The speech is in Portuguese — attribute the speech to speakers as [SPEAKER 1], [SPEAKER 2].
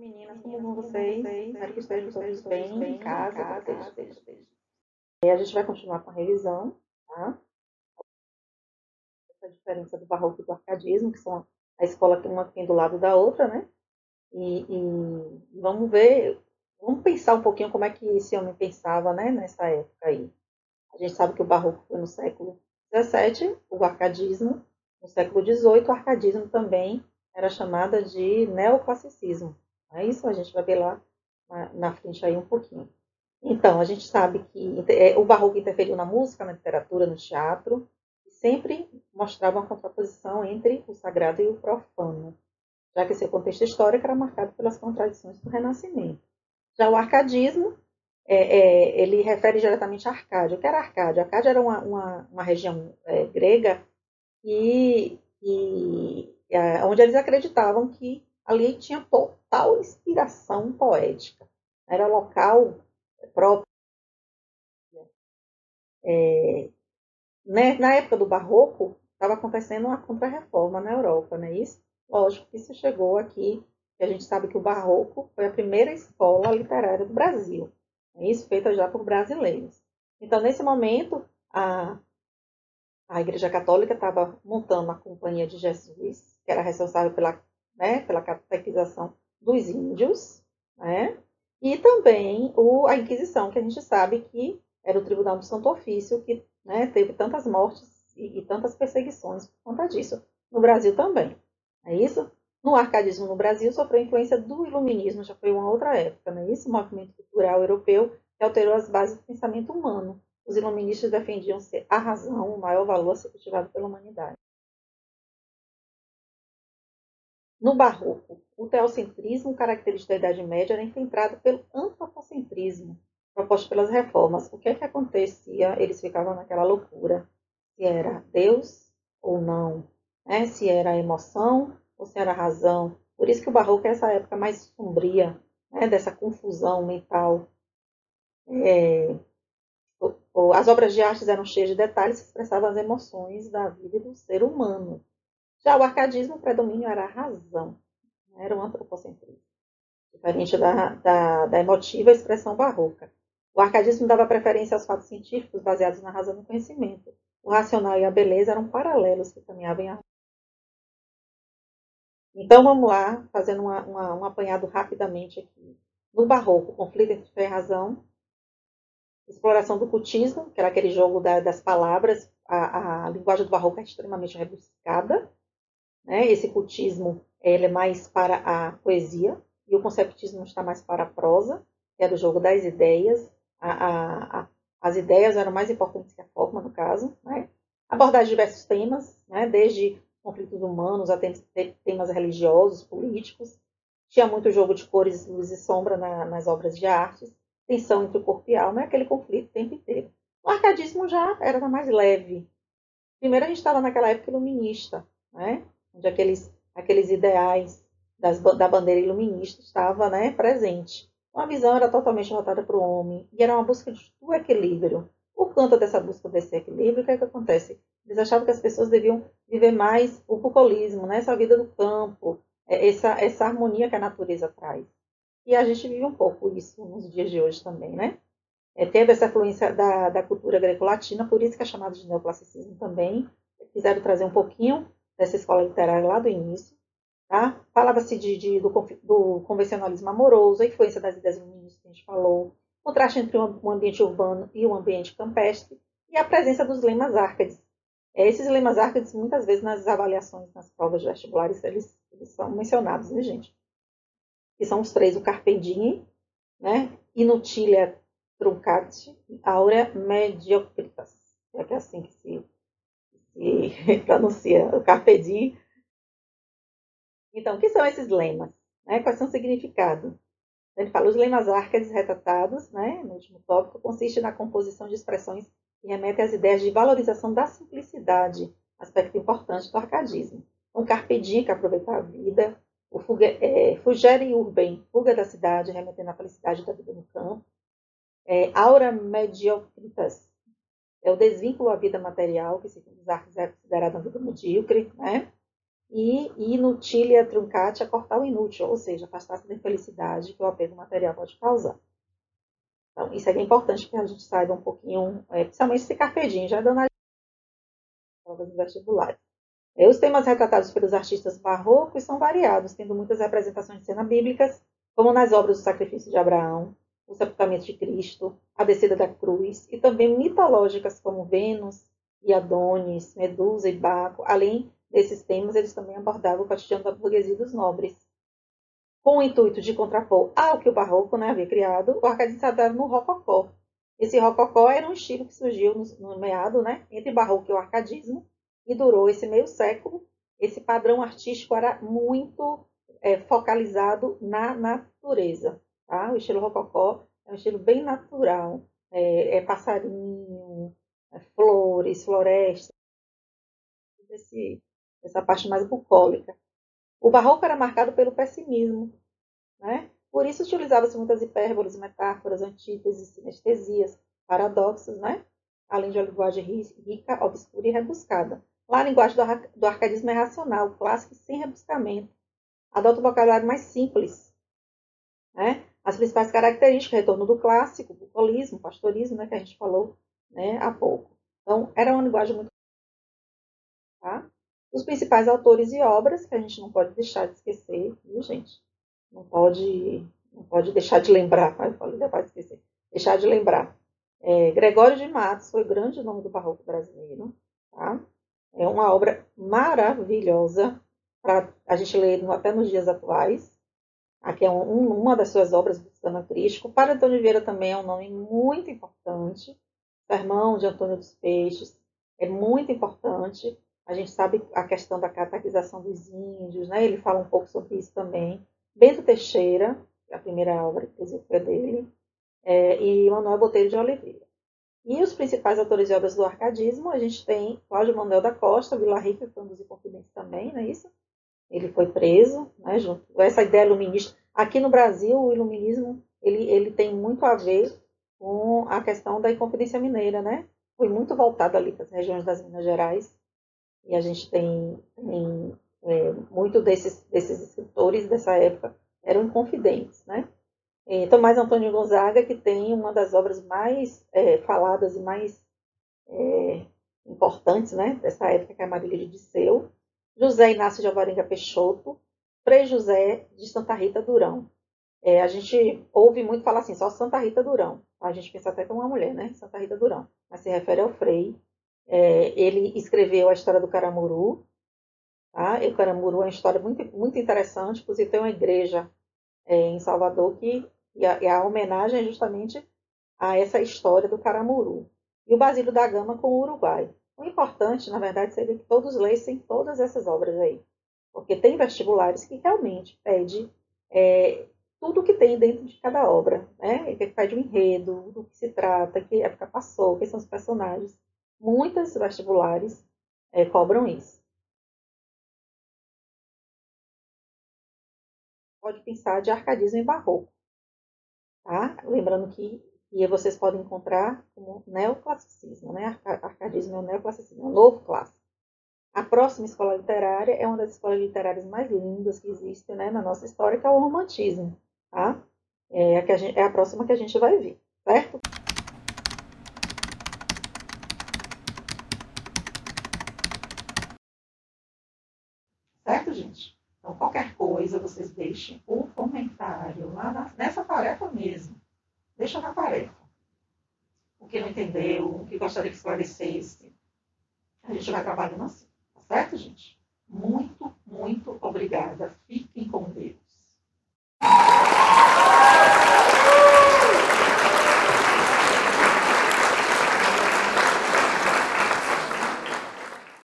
[SPEAKER 1] Meninas, como vão vocês? Espero que estejam todos bem em casa, protegidos. E a gente vai continuar com a revisão, tá? Essa diferença do barroco e do arcadismo, que são a escola que uma tem do lado da outra, né? E vamos ver, vamos pensar um pouquinho como é que esse homem pensava, né, nessa época aí. A gente sabe que o barroco foi no século XVII, o arcadismo no século XVIII, o arcadismo também era chamada de neoclassicismo. É isso, a gente vai ver lá na frente aí um pouquinho. Então, a gente sabe que o barroco interferiu na música, na literatura, no teatro, e sempre mostrava uma contraposição entre o sagrado e o profano, já que seu contexto histórico era marcado pelas contradições do Renascimento. Já o arcadismo, ele refere diretamente a Arcádia. O que era Arcádia? Arcádia era uma região grega onde eles acreditavam que ali tinha total inspiração poética. Era local próprio. Na época do Barroco, estava acontecendo uma contra-reforma na Europa, não é isso? Lógico que isso chegou aqui, que a gente sabe que o Barroco foi a primeira escola literária do Brasil. É isso, feita já por brasileiros. Então, nesse momento, a Igreja Católica estava montando a Companhia de Jesus, que era responsável pela catequização dos índios, né? E também a Inquisição, que a gente sabe que era o Tribunal do Santo Ofício, que, né, teve tantas mortes e tantas perseguições por conta disso. No Brasil também. É isso? No arcadismo no Brasil sofreu influência do iluminismo, já foi uma outra época, não é isso? O movimento cultural europeu que alterou as bases do pensamento humano. Os iluministas defendiam ser a razão, o maior valor a ser cultivado pela humanidade. No Barroco, o teocentrismo, característico da Idade Média, era infiltrado pelo antropocentrismo, proposto pelas reformas. O que é que acontecia? Eles ficavam naquela loucura. Se era Deus ou não, né? Se era a emoção ou se era a razão. Por isso que o Barroco é essa época mais sombria, né? Dessa confusão mental. As obras de arte eram cheias de detalhes que expressavam as emoções da vida e do ser humano. Já o arcadismo, o predomínio era a razão, era o antropocentrismo, diferente da emotiva expressão barroca. O arcadismo dava preferência aos fatos científicos baseados na razão e no conhecimento. O racional e a beleza eram paralelos que caminhavam em harmonia. Então vamos lá, fazendo um apanhado rapidamente aqui. No barroco, conflito entre fé e razão, exploração do cultismo, que era aquele jogo das palavras. A linguagem do barroco é extremamente rebuscada, né? Esse cultismo ele é mais para a poesia e o conceptismo está mais para a prosa, que era o jogo das ideias. As ideias eram mais importantes que a forma, no caso. Né? Abordar diversos temas, né? Desde conflitos humanos até temas religiosos, políticos. Tinha muito jogo de cores, luz e sombra nas obras de artes. Tensão entre o corpo e a alma, é aquele conflito o tempo inteiro. O arcadismo já era mais leve. Primeiro a gente estava naquela época iluminista, né? Onde aqueles ideais da bandeira iluminista estavam, né, presente. Então, a visão era totalmente voltada para o homem e era uma busca do equilíbrio. Por conta dessa busca desse equilíbrio, o que é que acontece? Eles achavam que as pessoas deviam viver mais o bucolismo, né? Essa vida do campo, essa harmonia que a natureza traz. E a gente vive um pouco isso nos dias de hoje também, né? Teve essa influência da cultura greco-latina, por isso que é chamado de neoclassicismo também. Quiseram trazer um pouquinho dessa escola literária lá do início. Tá? Falava-se do convencionalismo amoroso, a influência das ideias feministas que a gente falou, contraste entre um ambiente urbano e um ambiente campestre, e a presença dos lemas árcades. Esses lemas árcades, muitas vezes nas avaliações, nas provas vestibulares, eles são mencionados, né, gente? Que são os três: o carpe diem, né? Inutilia truncati, aurea mediocritas. É que é assim que se pronuncia o carpe diem. Então, o que são esses lemas? Né? Quais são o significado? Ele fala: os lemas árcades retratados, né, no último tópico, consiste na composição de expressões que remetem às ideias de valorização da simplicidade, aspecto importante do arcadismo. Então, carpe diem, que é aproveitar a vida; o fugere urbem, fuga da cidade, remetendo à felicidade da vida no campo; aura mediocritas, é o desvínculo à vida material, que segundo os arcos é considerada uma vida medíocre, né? e nutilia truncatia, cortar o inútil, ou seja, afastar-se da infelicidade que o apego material pode causar. Então, isso é bem importante que a gente saiba um pouquinho, principalmente esse carpedinho, já dando as provas vestibulares. Os temas retratados pelos artistas barrocos são variados, tendo muitas representações de cenas bíblicas, como nas obras do sacrifício de Abraão, o sepultamento de Cristo, a descida da cruz, e também mitológicas como Vênus e Adonis, Medusa e Baco. Além desses temas, eles também abordavam o cotidiano da burguesia e dos nobres. Com o intuito de contrapor ao que o barroco havia criado, o arcadismo se adaptava no rococó. Esse rococó era um estilo que surgiu no meado, entre o barroco e o arcadismo, e durou esse meio século. Esse padrão artístico era muito focalizado na natureza. Tá? O estilo rococó é um estilo bem natural. Passarinho, flores, florestas, essa parte mais bucólica. O barroco era marcado pelo pessimismo, né? Por isso utilizava-se muitas hipérboles, metáforas, antíteses, sinestesias, paradoxos, né? Além de uma linguagem rica, obscura e rebuscada. Lá a linguagem do arcadismo é racional, clássica e sem rebuscamento. Adota um vocabulário mais simples. Né? As principais características, retorno do clássico, bucolismo, pastorismo, né, que a gente falou, né, há pouco. Então, era uma linguagem muito... Tá? Os principais autores e obras, que a gente não pode deixar de esquecer, viu, gente? Não pode deixar de lembrar, pode esquecer, deixar de lembrar. Gregório de Matos foi o grande nome do barroco brasileiro. Tá? É uma obra maravilhosa para a gente ler até nos dias atuais. Aqui é uma das suas obras do sistema crítico. Para Antônio Vieira também é um nome muito importante. Sermão de Antônio dos Peixes é muito importante. A gente sabe a questão da catequização dos índios, né? Ele fala um pouco sobre isso também. Bento Teixeira, a primeira obra que foi dele, e Manuel Botelho de Oliveira. E os principais autores de obras do arcadismo, a gente tem Cláudio Manuel da Costa, Vila Rica, que foi um dos inconfidentes também, não é isso? Ele foi preso, né, junto com essa ideia iluminista. Aqui no Brasil, o iluminismo ele tem muito a ver com a questão da Inconfidência Mineira, né? Foi muito voltado ali para as regiões das Minas Gerais. E a gente tem muito desses escritores dessa época eram inconfidentes, né? Tomás Antônio Gonzaga, que tem uma das obras mais faladas e mais importantes, né, dessa época, que é a Marília de Disseu. José Inácio de Alvarenga Peixoto, Frei José de Santa Rita Durão. A gente ouve muito falar assim, só Santa Rita Durão. A gente pensa até que é uma mulher, né? Santa Rita Durão. Mas se refere ao Frei. Ele escreveu a história do Caramuru. Tá? E o Caramuru é uma história muito, muito interessante. Inclusive tem uma igreja em Salvador e a homenagem é justamente a essa história do Caramuru. E o Basílio da Gama com o Uruguai. O importante, na verdade, seria que todos lessem todas essas obras aí. Porque tem vestibulares que realmente pede tudo que tem dentro de cada obra. Né? Que pede o enredo, do que se trata, que época passou, quem são os personagens. Muitos vestibulares cobram isso. Pode pensar de arcadismo e barroco. Tá? Lembrando que vocês podem encontrar como neoclassicismo. Né? Arcadismo é o neoclassicismo, é o novo clássico. A próxima escola literária é uma das escolas literárias mais lindas que existem, né, na nossa história, que é o romantismo. Tá? É a próxima que a gente vai ver, certo? Certo, gente? Então, qualquer coisa, vocês deixem um comentário lá nessa tarefa mesmo. Deixa na tarefa. O que não entendeu, o que gostaria que esclarecesse. A gente vai trabalhando assim. Tá certo, gente? Muito, muito obrigada. Fiquem com Deus.